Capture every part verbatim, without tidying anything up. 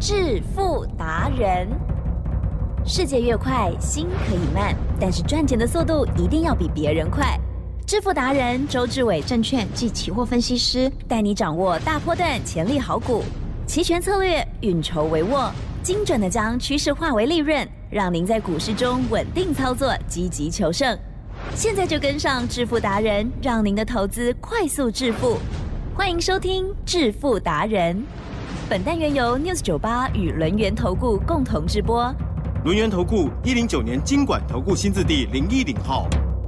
致富达人。世界越快，心可以慢，但是赚钱的速度一定要比别人快。致富达人周志伟证券及期货分析师带你掌握大波段潜力好股，期权策略运筹帷幄，精准的将趋势化为利润，让您在股市中稳定操作，积极求胜。现在就跟上致富达人，让您的投资快速致富。欢迎收听致富达人。本单元由 News 九十八与轮源投顾共同直播。 轮源投顾一零九年金管投顾新字第零一零号。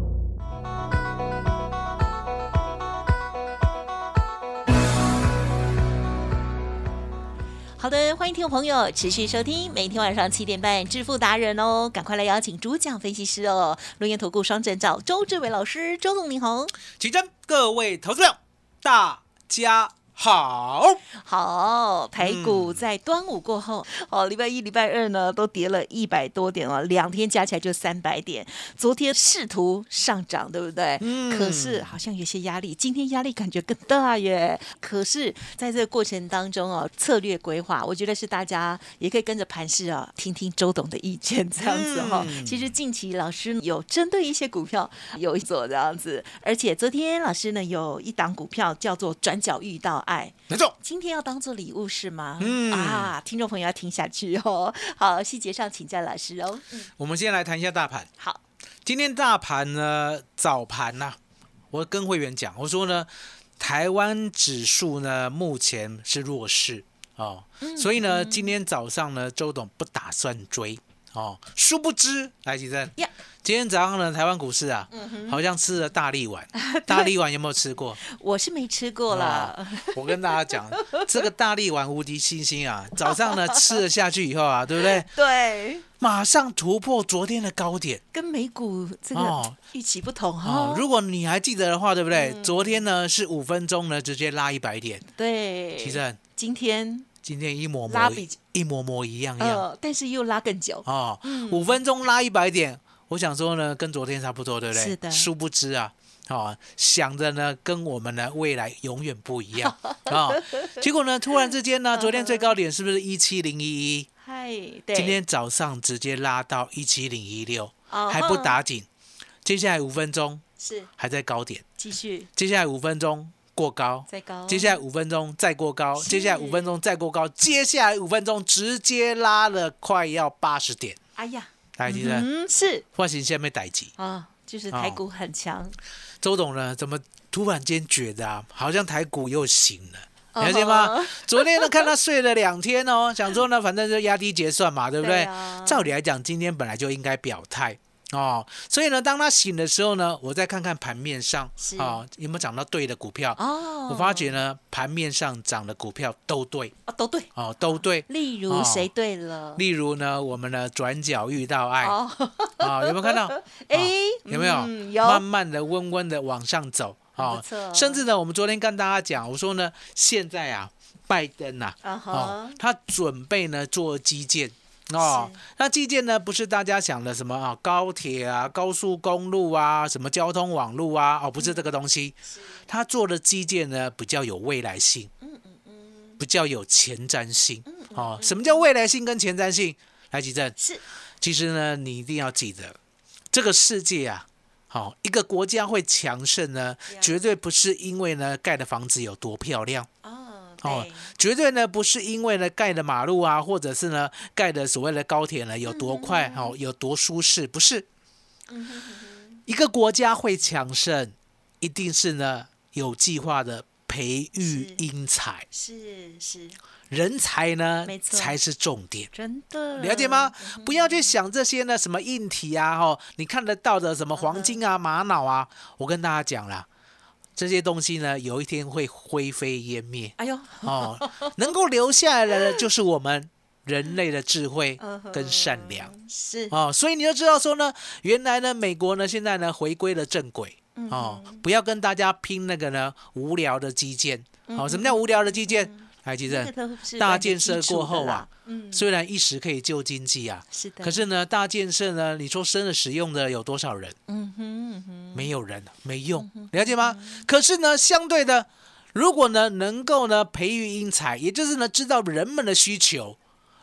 好的，欢迎听众朋友持续收听每天晚上七点半致富达人哦，赶快来邀请主讲分析师哦，轮源投顾双证照周志伟老师，周总你好。 起真，各位投资者大家好， 好，台股在端午过后，嗯、哦，礼拜一、礼拜二呢都跌了一百多点哦，两天加起来就三百点。昨天试图上涨，对不对？嗯。可是好像有些压力，今天压力感觉更大耶。可是在这个过程当中哦，策略规划，我觉得是大家也可以跟着盘势啊，听听周董的意见，这样子哈、哦。嗯、其实近期老师有针对一些股票有做这样子，而且昨天老师呢有一档股票叫做转角遇到爱， 没错， 今天要当做礼物是吗？ 嗯啊，听众朋友要听下去哦。好，细节上请教老师哦。嗯、 我们先来谈一下大盘。 好，今天大盘呢，早盘呐、啊，我跟会员讲，我说呢，台湾指数呢目前是弱势哦，嗯、所以呢，嗯、今天早上呢，周董不打算追哦，殊不知，来吉珍。Yeah.今天早上呢，台湾股市啊，嗯、好像吃了大力丸。大力丸有没有吃过？ 我是没吃过啦、哦。 我跟大家讲，这个大力丸无敌星星啊，早上呢吃了下去以后啊，对不对？ 对。 马上突破昨天的高点， 跟美股这个预期不同哈、哦哦。如果你还记得的话，对不对？嗯、昨天呢是五分钟呢直接拉一百点。 对。 其实今天。 今天一模模一模模一样一样、 呃，但是又拉更久哦。五、嗯、分钟拉一百点。我想说呢，跟昨天差不多，对不对？ 是的。 殊不知啊，哦，想着呢，跟我们的未来永远不一样啊、哦。结果呢，突然之间呢，昨天最高点是不是一七零一一？ 嗨，对。 今天早上直接拉到一七零一六，还不打紧。接下来五分钟是还在高点， 继续。 接下来五分钟过高， 再高。 接下来五分钟再过高，接下来五分钟再过高，接下来五分钟直接拉了快要八十点。 哎呀！ 台积电、 嗯、是发行下面代级啊，就是台股很强、哦。 周董呢，怎么突然间觉得啊，好像台股又醒了，了解吗？哦、昨天呢，看他睡了两天哦，想说呢，反正就压低结算嘛，对不对？对啊、照理来讲，今天本来就应该表态哦，所以呢，当他醒的时候呢，我再看看盘面上哦，有没有涨到对的股票哦。我发觉呢，盘面上涨的股票都对哦，都对哦，都对。 例如谁对了？ 哦、例如呢，我们的转角遇到爱哦，哦，有没有看到？ 哎、 哦，有没有？ 嗯、有。 慢慢的、温温的往上走哦，甚至呢，我们昨天跟大家讲，我说呢，现在啊，拜登呐、啊， uh-huh. 哦，他准备呢做基建。哦，那基建呢，不是大家想的什么啊，高铁啊、高速公路啊、什么交通网路啊，哦，不是这个东西。他做的基建呢，比较有未来性，嗯嗯嗯，比较有前瞻性。嗯嗯嗯哦，什么叫未来性跟前瞻性？来，吉正， 是， 其实呢，你一定要记得，这个世界啊，好、哦，一个国家会强盛呢，绝对不是因为呢盖的房子有多漂亮。哦，绝对呢不是因为呢盖的马路啊，或者是呢盖的所谓的高铁呢有多快，嗯、哦有多舒适，不是。嗯、哼哼一个国家会强盛，一定是呢有计划的培育英才， 是是， 人才呢才是重点， 真的了解吗？嗯、不要去想这些呢什么硬体啊，哦，你看得到的什么黄金啊、玛瑙啊，我跟大家讲啦。这些东西呢，有一天会灰飞烟灭。哎呦，哦，能够留下来的就是我们人类的智慧跟善良。 是哦，所以你就知道说呢，原来呢，美国呢现在呢回归了正轨。哦，不要跟大家拼那个呢无聊的基建。哦，什么叫无聊的基建？还记得大建设过后啊，嗯、虽然一时可以救经济啊， 是的， 可是呢，大建设呢，你说真的使用的有多少人？ 嗯哼嗯哼没有人，没用，了解吗？嗯、可是呢，相对的，如果呢能够呢培育英才，也就是呢知道人们的需求，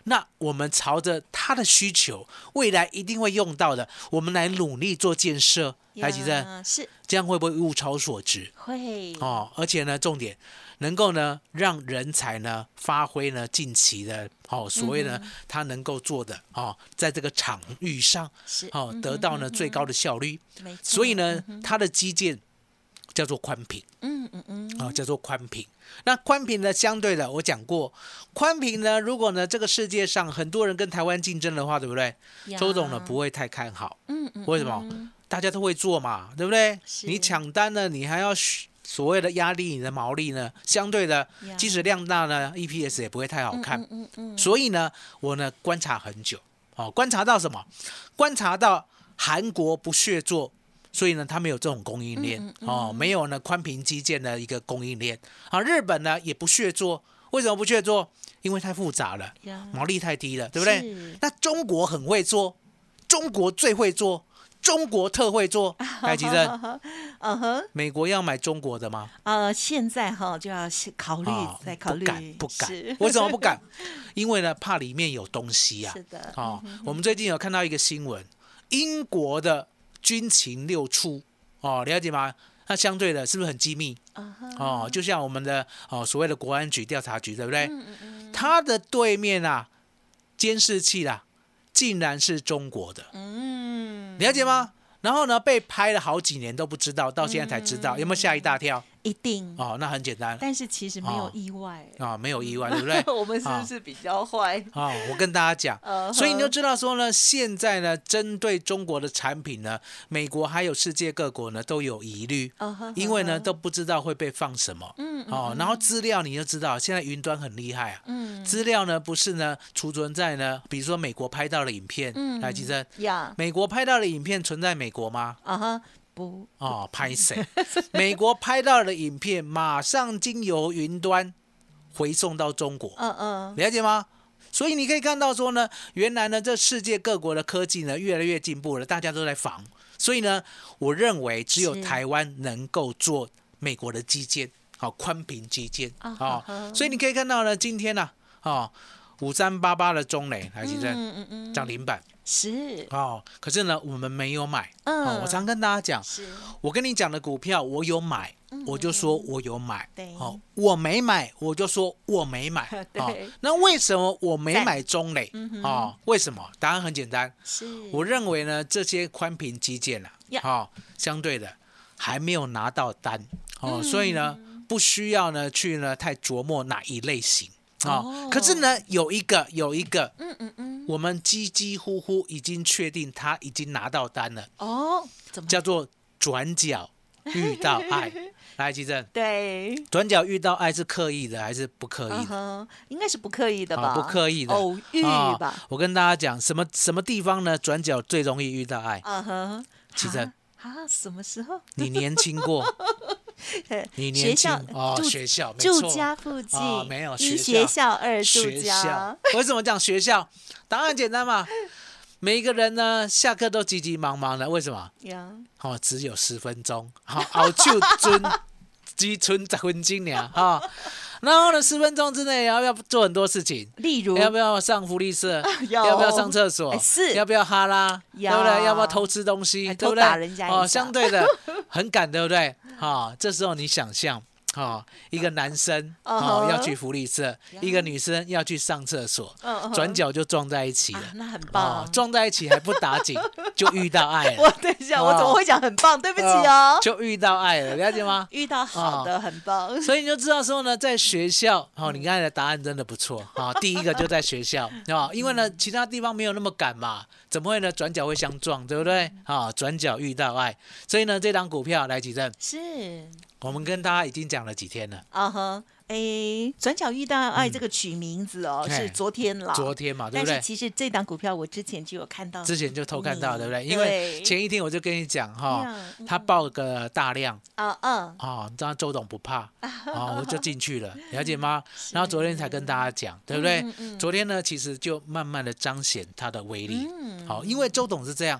那我们朝着它的需求，未来一定会用到的，我们来努力做建设，台积电是这样会不会物超所值？ 会哦，而且呢，重点能够呢让人才呢发挥呢近期的哦所谓呢、嗯、他能够做的哦，在这个场域上是哦得到呢、嗯、最高的效率， 没错， 所以呢、 嗯、 它的基建叫做宽屏， 嗯嗯嗯， 哦叫做宽屏。那宽屏呢，相对的我讲过，宽屏呢，如果呢这个世界上很多人跟台湾竞争的话，对不对？周董呢不会太看好， 嗯嗯， 为什么？大家都会做嘛，对不对？你抢单呢，你还要所谓的压力，你的毛利呢，相对的，即使量大呢 ，E P S 也不会太好看。 嗯嗯嗯嗯、所以呢，我呢观察很久，哦，观察到什么？观察到韩国不屑做。所以呢，它没有这种供应链、嗯嗯嗯、哦，没有呢宽屏基建的一个供应链啊。日本呢也不屑做，为什么不屑做？因为太复杂了，毛利太低了，对不对？那中国很会做，中国最会做，中国特会做。台积电， 嗯哼， 美国要买中国的吗？ 呃，现在哈就要考虑， 哦、 再考虑， 不敢，不敢。为什么不敢？因为呢，怕里面有东西啊。 是的。 哦， 嗯、 我们最近有看到一个新闻，英国的军情六处哦，了解吗？那相对的是不是很机密？ uh-huh. 哦，就像我们的哦所谓的国安局调查局，对不对？嗯嗯嗯，它的对面啊，监视器啦，竟然是中国的，嗯，了解吗？然后呢，被拍了好几年都不知道，到现在才知道，嗯、有没有吓一大跳？ 一定哦，那很简单。 但是其实没有意外啊、哦哦，没有意外，对不对？ 我们是不是比较坏？ 啊、哦，我跟大家讲， uh-huh. 所以你就知道说呢，现在呢，针对中国的产品呢，美国还有世界各国呢都有疑虑， uh-huh. 因为呢都不知道会被放什么。嗯，哦，然后资料你就知道，现在云端很厉害啊。嗯，资料呢不是呢储存在呢，比如说美国拍到的影片，嗯，来吉珍， 呀， 美国拍到的影片存在美国吗？ 啊哈。不哦，拍谁？美国拍到的影片马上经由云端回送到中国，嗯嗯，了解吗？所以你可以看到说呢，原来呢，这世界各国的科技呢越来越进步了，大家都在仿。所以呢，我认为只有台湾能够做美国的基建，好、哦、宽屏基建，哦、uh-huh. 所以你可以看到呢，今天呢、啊，哦，五三八八的中磊来，其实涨停板。 是哦，可是呢，我们没有买。嗯，哦、我常跟大家讲，我跟你讲的股票，我有买，嗯、我就说我有买。对，哦，我没买，我就说我没买。对、哦，那为什么我没买中磊？哦，为什么？答案很简单，是我认为呢，这些宽屏基建啊，哦，相对的还没有拿到单，哦，嗯、所以呢，不需要呢去呢太琢磨哪一类型。哦，可是呢，有一个有一个，嗯嗯嗯，我们几几乎乎已经确定他已经拿到单了。哦，怎么叫做转角遇到爱？来，吉正， 对， 转角遇到爱是刻意的还是不刻意的？ uh-huh, 应该是不刻意的吧？ 哦、不刻意的， 偶遇吧、哦。 我跟大家讲，什么什么地方呢？转角最容易遇到爱。嗯哼，吉正啊，什么时候？ 你年轻过？你年轻哦，学校住家附近、 哦、没有一学校二住家。为什么讲学校？答案简单嘛，每一个人呢下课都急急忙忙的，为什么？哦，只有十分钟，好、哦，熬就尊只存十分钟呢，哈、哦。然后呢，十分钟之内要不要做很多事情？ 例如， 要不要上福利社？要不要上厕所？ 是， 要不要哈拉？对不对？要不要偷吃东西？对不对？ 打人家哦，相对的很赶，对不对？哦，这时候你想象，哦，一个男生哦要去福利社，一个女生要去上厕所，转角就撞在一起了， 啊、那很棒、 哦，撞在一起还不打紧，就遇到爱了。 我等一下，哦、我怎么会讲很棒？对不起哦， 就遇到爱了，了解吗？ 遇到好的，哦、很棒。 所以你就知道说呢，在学校，哦，你刚才的答案真的不错啊、哦。第一个就在学校啊、哦，因为呢，其他地方没有那么赶嘛，怎么会呢？转角会相撞，对不对？啊、哦，转角遇到爱，所以呢，这档股票来几阵？ 是。 我们跟大家已经讲了几天了啊哈，哎，转角遇到爱这个取名字哦，嗯、是昨天了， 昨天嘛，对不对？ 但是其实这档股票我之前就有看到， 之前就偷看到，对不对？因为前一天我就跟你讲哈，他报个大量啊嗯，哦，你知道周董不怕，哦，我就进去了，了解吗？然后昨天才跟大家讲，对不对？嗯嗯、昨天呢，其实就慢慢的彰显它的威力，好、嗯，因为周董是这样。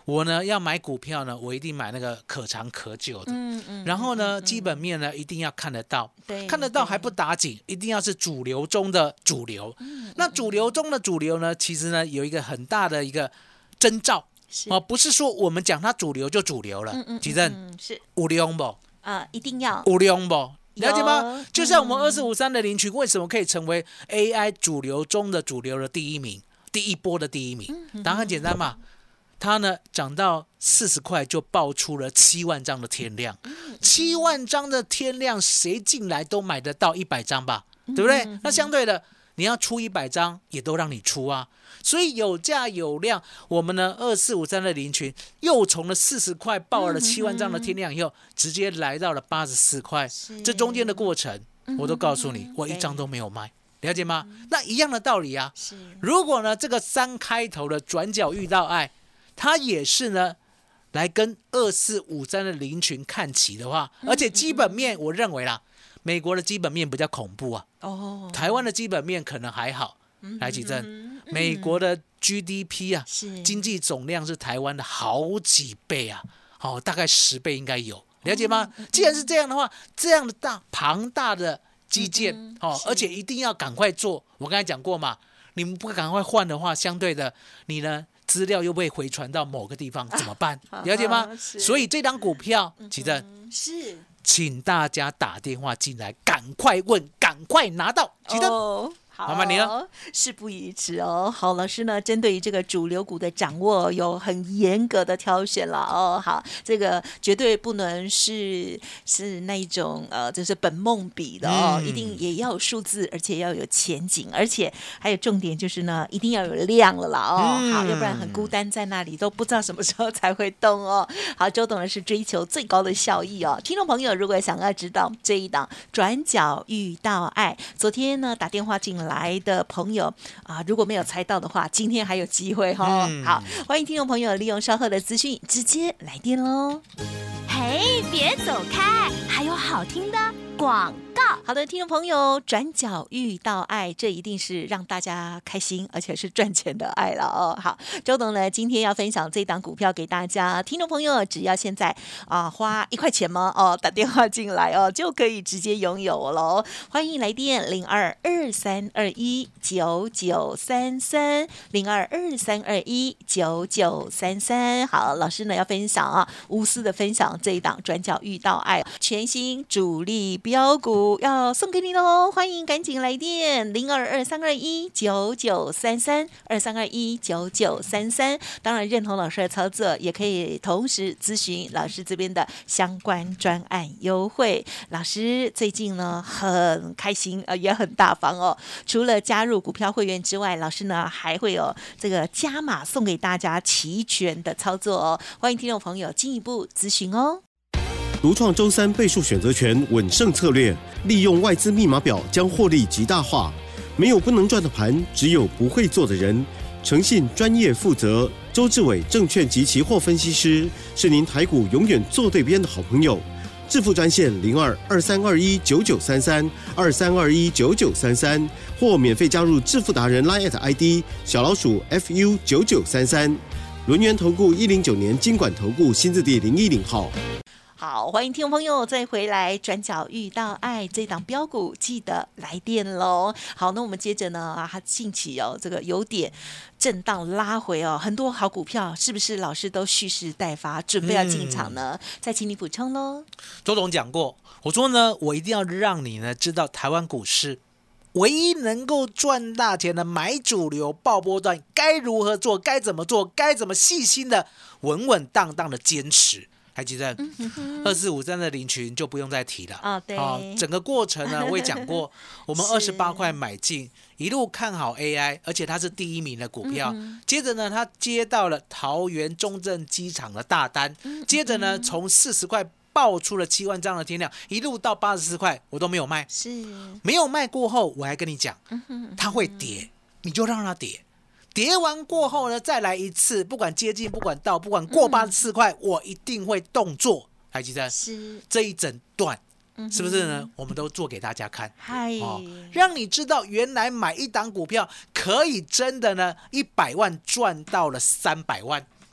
我呢要买股票呢，我一定买那个可长可久的。嗯嗯。然后呢，嗯嗯、基本面呢一定要看得到，看得到还不打紧，一定要是主流中的主流。嗯、那主流中的主流呢，其实呢有一个很大的一个征兆哦，不是说我们讲它主流就主流了。嗯嗯。吉正、嗯、是有量不？ 啊，一定要有量不？了解吗？就像我们二四五三的林群，为什么可以成为 A I 主流中的主流的第一名？第一波的第一名，答案很简单嘛。它呢涨到四十块就爆出了七万张的天量，七万张的天量谁进来都买得到一百张吧，对不对？那相对的你要出一百张也都让你出啊，所以有价有量。我们呢二四五三的林群又从了四十块爆了七万张的天量以后，直接来到了八十四块，这中间的过程我都告诉你，我一张都没有卖。了解吗？那一样的道理啊。如果呢这个三开头的转角遇到爱，它也是呢来跟二四五三的林群看齐的话，而且基本面我认为啦，美国的基本面比较恐怖啊。哦。台湾的基本面可能还好。来启正，美国的 G D P 啊，经济总量是台湾的好几倍啊，哦，大概十倍应该有。了解吗？既然是这样的话，这样的大庞大的基建、嗯哦、而且一定要赶快做。我刚才讲过嘛，你们不赶快换的话，相对的你呢资料又被回传到某个地方怎么办？啊、了解吗？所以这档股票，启正、嗯、是，请大家打电话进来，赶快问，赶快拿到，启正。哦好，妈妈你呢？事不宜迟哦。好，老师呢，针对于这个主流股的掌握，有很严格的挑选了哦。好，这个绝对不能是是那一种呃，就是本梦比的哦，嗯、一定也要有数字，而且要有前景，而且还有重点就是呢，一定要有量了啦哦。嗯、好，要不然很孤单在那里，都不知道什么时候才会动哦。好，周董呢是追求最高的效益哦。听众朋友，如果想要知道这一档转角遇到爱，昨天呢打电话进来。来的朋友啊，如果没有猜到的话，今天还有机会哈、哦。嗯、好，欢迎听众朋友利用稍后的资讯直接来电喽。 嘿，别走开，还有好听的广告。 好的，听众朋友，转角遇到爱，这一定是让大家开心，而且是赚钱的爱了哦。好，周董呢今天要分享这档股票给大家，听众朋友只要现在啊花一块钱吗？哦，打电话进来哦，就可以直接拥有了哦。欢迎来电零二二三二一九九三三零二二三二一九九三三。好，老师呢要分享啊，无私的分享这一档转角遇到爱全新主力标股。要送给你喽，欢迎赶紧来电零二二三二一九九三三二三二一九九三三。当然认同老师的操作，也可以同时咨询老师这边的相关专案优惠。老师最近呢很开心，呃也很大方哦。除了加入股票会员之外，老师呢还会有这个加码送给大家齐全的操作哦。欢迎听众朋友进一步咨询哦。 独创周三倍数选择权稳胜策略，利用外资密码表将获利极大化。没有不能赚的盘，只有不会做的人。诚信、专业、负责，周志伟证券及期货分析师是您台股永远做对边的好朋友。致富专线零二二三二一九九三三二三二一九九三三，或免费加入致富达人 Line I D 小老鼠 F U 九九三三。轮源投顾一零九年金管投顾新字第零一零号。 好，欢迎听众朋友再回来，转角遇到爱这档标股，记得来电喽。好，那我们接着呢，啊，它近期哦，这个有点震荡拉回哦，很多好股票是不是老师都蓄势待发，准备要进场呢？嗯、再请你补充喽。 周董讲过，我说呢，我一定要让你呢知道台湾股市唯一能够赚大钱的买主流爆波段该如何做，该怎么做，该怎么细心的稳稳当当的坚持。还记得二四五三的林群就不用再提了啊、哦，对、哦，整个过程呢我也讲过，我们二十八块买进，一路看好 A I， 而且它是第一名的股票。嗯、接着呢，他接到了桃园中正机场的大单，嗯、接着呢从四十块爆出了七万张的天量，一路到八十四块，我都没有卖。是，没有卖过后，我还跟你讲，它会跌，你就让它跌。跌完过后呢，再来一次，不管接近，不管到，不管过八十四块，嗯、我一定会动作。还记得是这一整段，嗯、是不是呢？我们都做给大家看，哦，让你知道原来买一档股票可以真的呢，一百万赚到了三百万。哦，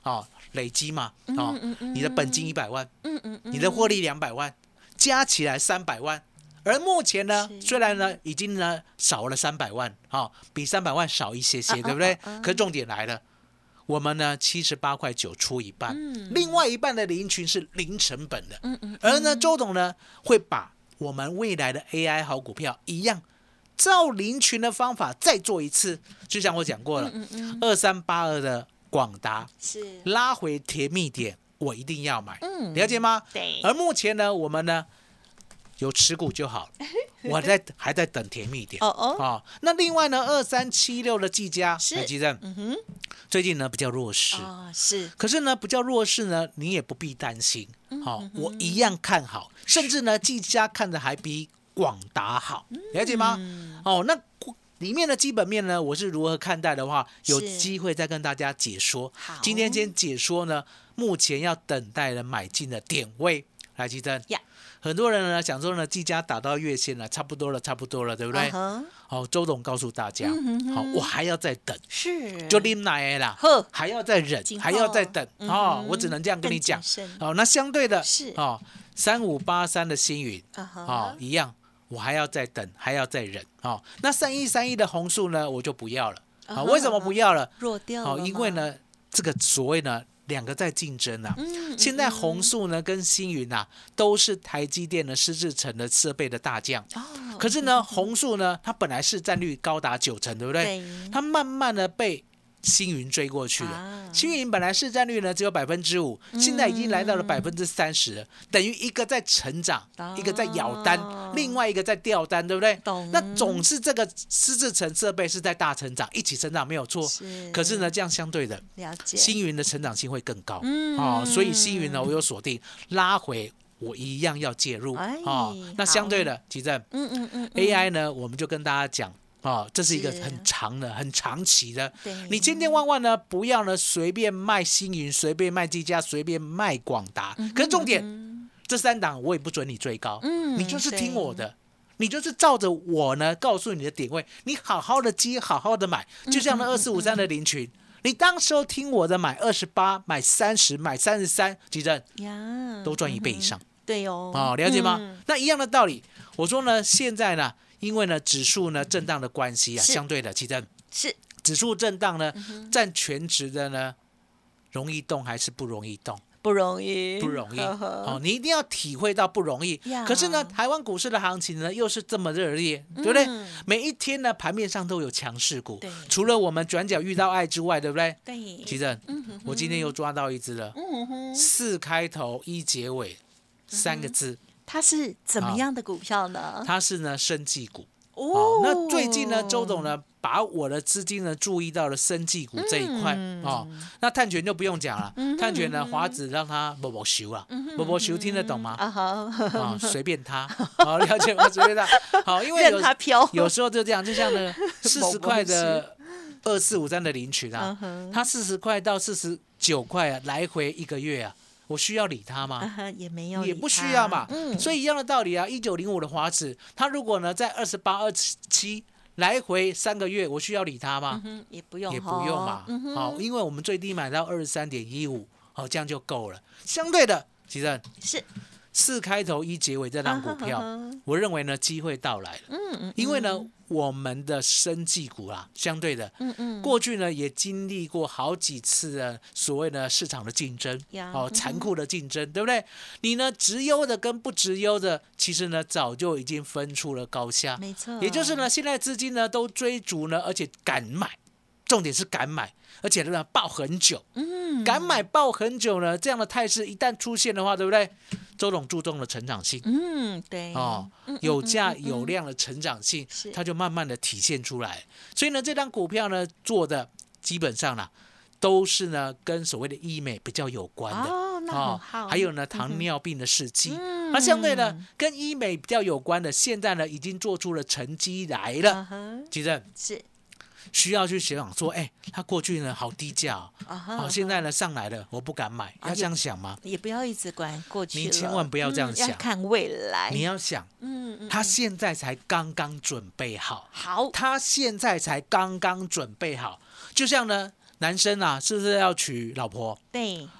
累积嘛，哦，你的本金一百万，你的获利两百万，加起来三百万。而目前呢，虽然呢已经呢少了三百万，哦，比三百万少一些些，对不对？可是重点来了。我们呢七十八块九出一半，嗯、另外一半的零群是零成本的，嗯嗯嗯、而呢周董呢会把我们未来的 A I 好股票一样，照零群的方法再做一次，就像我讲过了，二三八二的广达是拉回甜蜜点，我一定要买，嗯、了解吗？对。而目前呢，我们呢有持股就好，我在还在等甜蜜点，哦哦，哦那另外呢，二三七六的技嘉，台积电，嗯哼。最近呢比较弱势，哦、是，可是呢比较弱势呢，你也不必担心，好、嗯哦，我一样看好，甚至呢技嘉看的还比广达好，了解吗？嗯、哦，那里面的基本面呢，我是如何看待的话，有机会再跟大家解说。今天先解说呢，目前要等待的买进的点位，来记得。Yeah.很多人呢想说呢，技嘉打到月线了，差不多了，差不多了，对不对？好、uh huh. 哦，周董告诉大家，好、嗯哦，我还要再等，是，就拎来啦，呵，还要再忍，还要再等，嗯、哦，我只能这样跟你讲。哦，那相对的，是哦，三五八三的星云， uh huh. 哦，一样，我还要再等，还要再忍，哦，那三一三一的红树呢，我就不要了，啊、uh huh. 哦，为什么不要了？弱掉了，哦，因为呢，这个所谓呢。两个在竞争啊，嗯嗯、现在宏塑呢跟星云啊都是台积电的施制程的设备的大将，哦、可是呢宏塑呢它本来市占率高达九成，对不对？对它慢慢的被星云追过去了，啊、星云本来市占率呢只有百分之五，现在已经来到了百分之三十了，等于一个在成长，啊、一个在咬单，另外一个在掉单，对不对？懂那总是这个施制程设备是在大成长，一起成长没有错，是可是呢这样相对的，了解星云的成长性会更高，嗯哦、所以星云呢我有锁定拉回。我一样要介入，哎哦、那相对的，其正，嗯嗯嗯 A I 呢，我们就跟大家讲。哦，这是一个很长的、很长期的。你千千万万呢，不要呢随便卖星云，随便卖技嘉，随便卖广达。嗯、可是重点，嗯、这三档我也不准你追高，嗯、你就是听我的，你就是照着我呢告诉你的点位，你好好的接，好好的买。就像那二四五三的林群，嗯嗯嗯、你当时候听我的买二十八，买三十，买三十三，几正呀，都赚一倍以上。嗯、对哦，哦，了解吗？嗯、那一样的道理，我说呢，现在呢。因为呢，指数呢震荡的关系啊，相对的，其实是指数震荡呢，嗯、占全值的呢，容易动还是不容易动？不容易，不容易。呵呵哦，你一定要体会到不容易。可是呢，台湾股市的行情呢，又是这么热烈，嗯、对不对？每一天呢，盘面上都有强势股，除了我们转角遇到爱之外，对不对？对。其实，嗯、我今天又抓到一只了，嗯、四开头一结尾，三个字。 它是怎么样的股票呢？ 哦、它是呢生技股哦, 哦。那最近呢，周董呢把我的资金呢注意到了生技股这一块、嗯、哦。那碳权就不用讲了，嗯、碳权呢华子让他摸摸修啊，摸摸修听得懂吗？啊好，啊随便他，好了解吗？随便他，好，因为有他飘，有时候就这样，就像呢四十块的二四五三的林群啊，嗯、它四十块到四十九块啊，来回一个月啊。我需要理他吗？啊、也没有，也不需要嘛。嗯、所以一样的道理啊。一九零五的华子，他如果呢在二十八、二十七来回三个月，我需要理他吗？嗯、也不用，也不用嘛。好、嗯哦，因为我们最低买到二十三点一五，哦，这样就够了。相对的，其实是四开头一结尾这档股票，啊、我认为呢机会到来了。嗯嗯，因为呢。我们的生技股啊，相对的，嗯嗯，过去呢也经历过好几次的所谓的市场的竞争，哦，残酷的竞争，对不对？你呢，直优的跟不直优的，其实呢早就已经分出了高下，没错。也就是呢，现在资金呢都追逐呢，而且敢买，重点是敢买，而且呢抱很久，嗯，敢买抱很久呢，这样的态势一旦出现的话，对不对？周董注重了成长性，嗯，对，哦，有价有量的成长性，嗯、它就慢慢的体现出来。所以呢，这张股票呢做的基本上啦，都是呢跟所谓的医美比较有关的，哦，那很好。哦、还有呢糖尿病的试剂，嗯、那相对呢跟医美比较有关的，现在呢已经做出了成绩来了。其实、uh huh, 是。需要去想说，哎、欸，他过去呢好低价哦，哦 uh huh, 现在呢上来了，我不敢买，要这样想吗？ 也, 也不要一直管过去了， 你千万不要这样想，嗯、要看未来。 你要想，嗯嗯，他现在才刚刚准备好， 好， 他现在才刚刚准备好，就像呢，男生啊，是不是要娶老婆？对，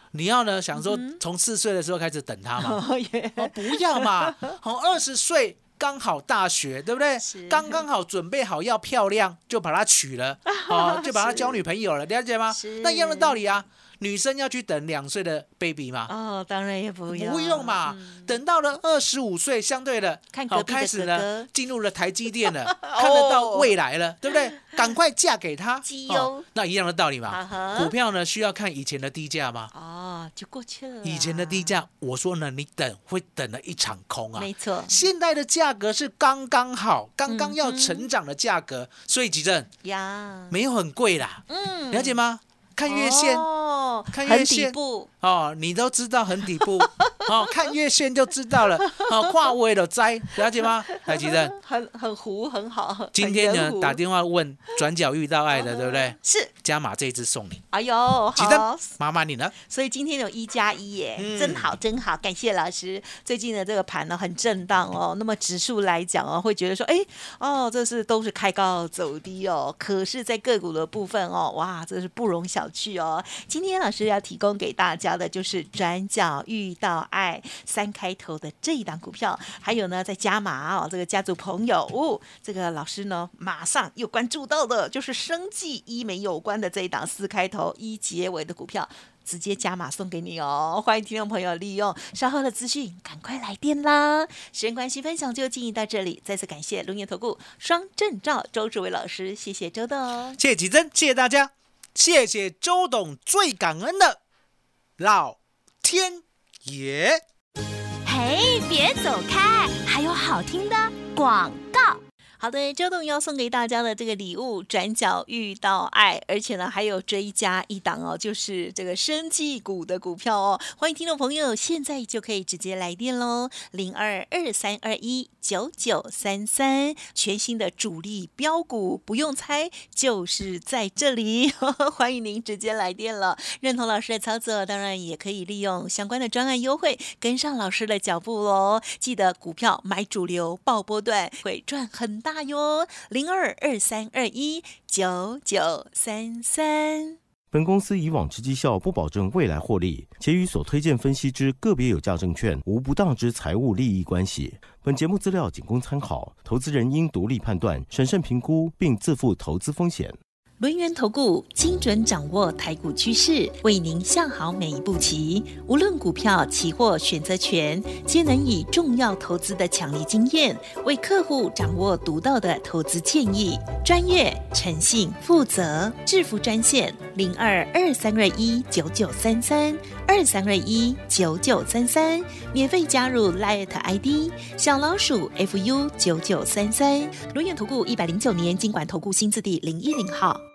你要呢想说从四岁的时候开始等他嘛？哦，不要嘛，从二十岁刚好大学，对不对？刚刚好准备好要漂亮，就把他娶了，哦，就把他交女朋友了，了解吗？那一样的道理啊。女生要去等两岁的 baby 吗？ 哦，当然也不用， 不用嘛。嗯、等到了二十五岁，相对的， 看隔壁的哥哥开始呢，进入了台积电了，看得到未来了，对不对？赶快嫁给他，哦，那一样的道理嘛。啊、股票呢，需要看以前的低价吗？ 哦，就过去了。 以前的低价，我说呢，你等会等了一场空啊。 没错。 现在的价格是刚刚好，刚刚要成长的价格，嗯、所以吉正呀，没有很贵啦。嗯，了解吗？看月线， 哦， 看月线哦， 你都知道很底部哦，看月线就知道了哦，跨位了摘，了解吗？来，吉正， 很很糊，很好。 今天呢，打电话问转角遇到爱的，对不对？ 是， 加码这一支送你。 哎呦， 吉正，麻烦你了。 所以今天有一加一耶，嗯、真好，真好，感谢老师。最近的这个盘呢很震荡哦，那么指数来讲哦，会觉得说，哎，哦，这是都是开高走低哦，可是，在个股的部分哦，哇，这是不容小去哦。今天老师要提供给大家的就是转角遇到爱三开头的这一档股票，还有呢在加码哦，这个家族朋友哦，这个老师呢马上又关注到的就是生技医美有关的这一档四开头一结尾的股票。直接加码送给你哦，欢迎听众朋友利用稍后的资讯赶快来电啦！时间关系，分享就进行到这里，再次感谢龙岩投顾双证照周志伟老师，谢谢周董， 谢谢吉珍，谢谢大家，谢谢周董，最感恩的老天爷。 嘿，别走开，还有好听的广告。 好的，周董要送给大家的这个礼物，转角遇到爱，而且呢还有追加一档哦，就是这个生技股的股票哦。欢迎听众朋友，现在就可以直接来电喽，零二二三二一九九三三，全新的主力标股，不用猜，就是在这里，呵呵欢迎您直接来电了。认同老师的操作，当然也可以利用相关的专案优惠，跟上老师的脚步喽。记得股票买主流，爆波段，会赚很大。大哟，零二二三二一九九三三。 本公司以往之绩效不保证未来获利，且与所推荐分析之个别有价证券无不当之财务利益关系。本节目资料仅供参考，投资人应独立判断、审慎评估，并自负投资风险。 轮源投顾精准掌握台股趋势，为您下好每一步棋。无论股票、期货、选择权，皆能以重要投资的强力经验，为客户掌握独到的投资建议。专业、诚信、负责，致富专线零二二三二一九九三三二三二一九九三三，免费加入 Line I D 小老鼠 F U 九九三三。轮源投顾一百零九年金管投顾新字第零一零号。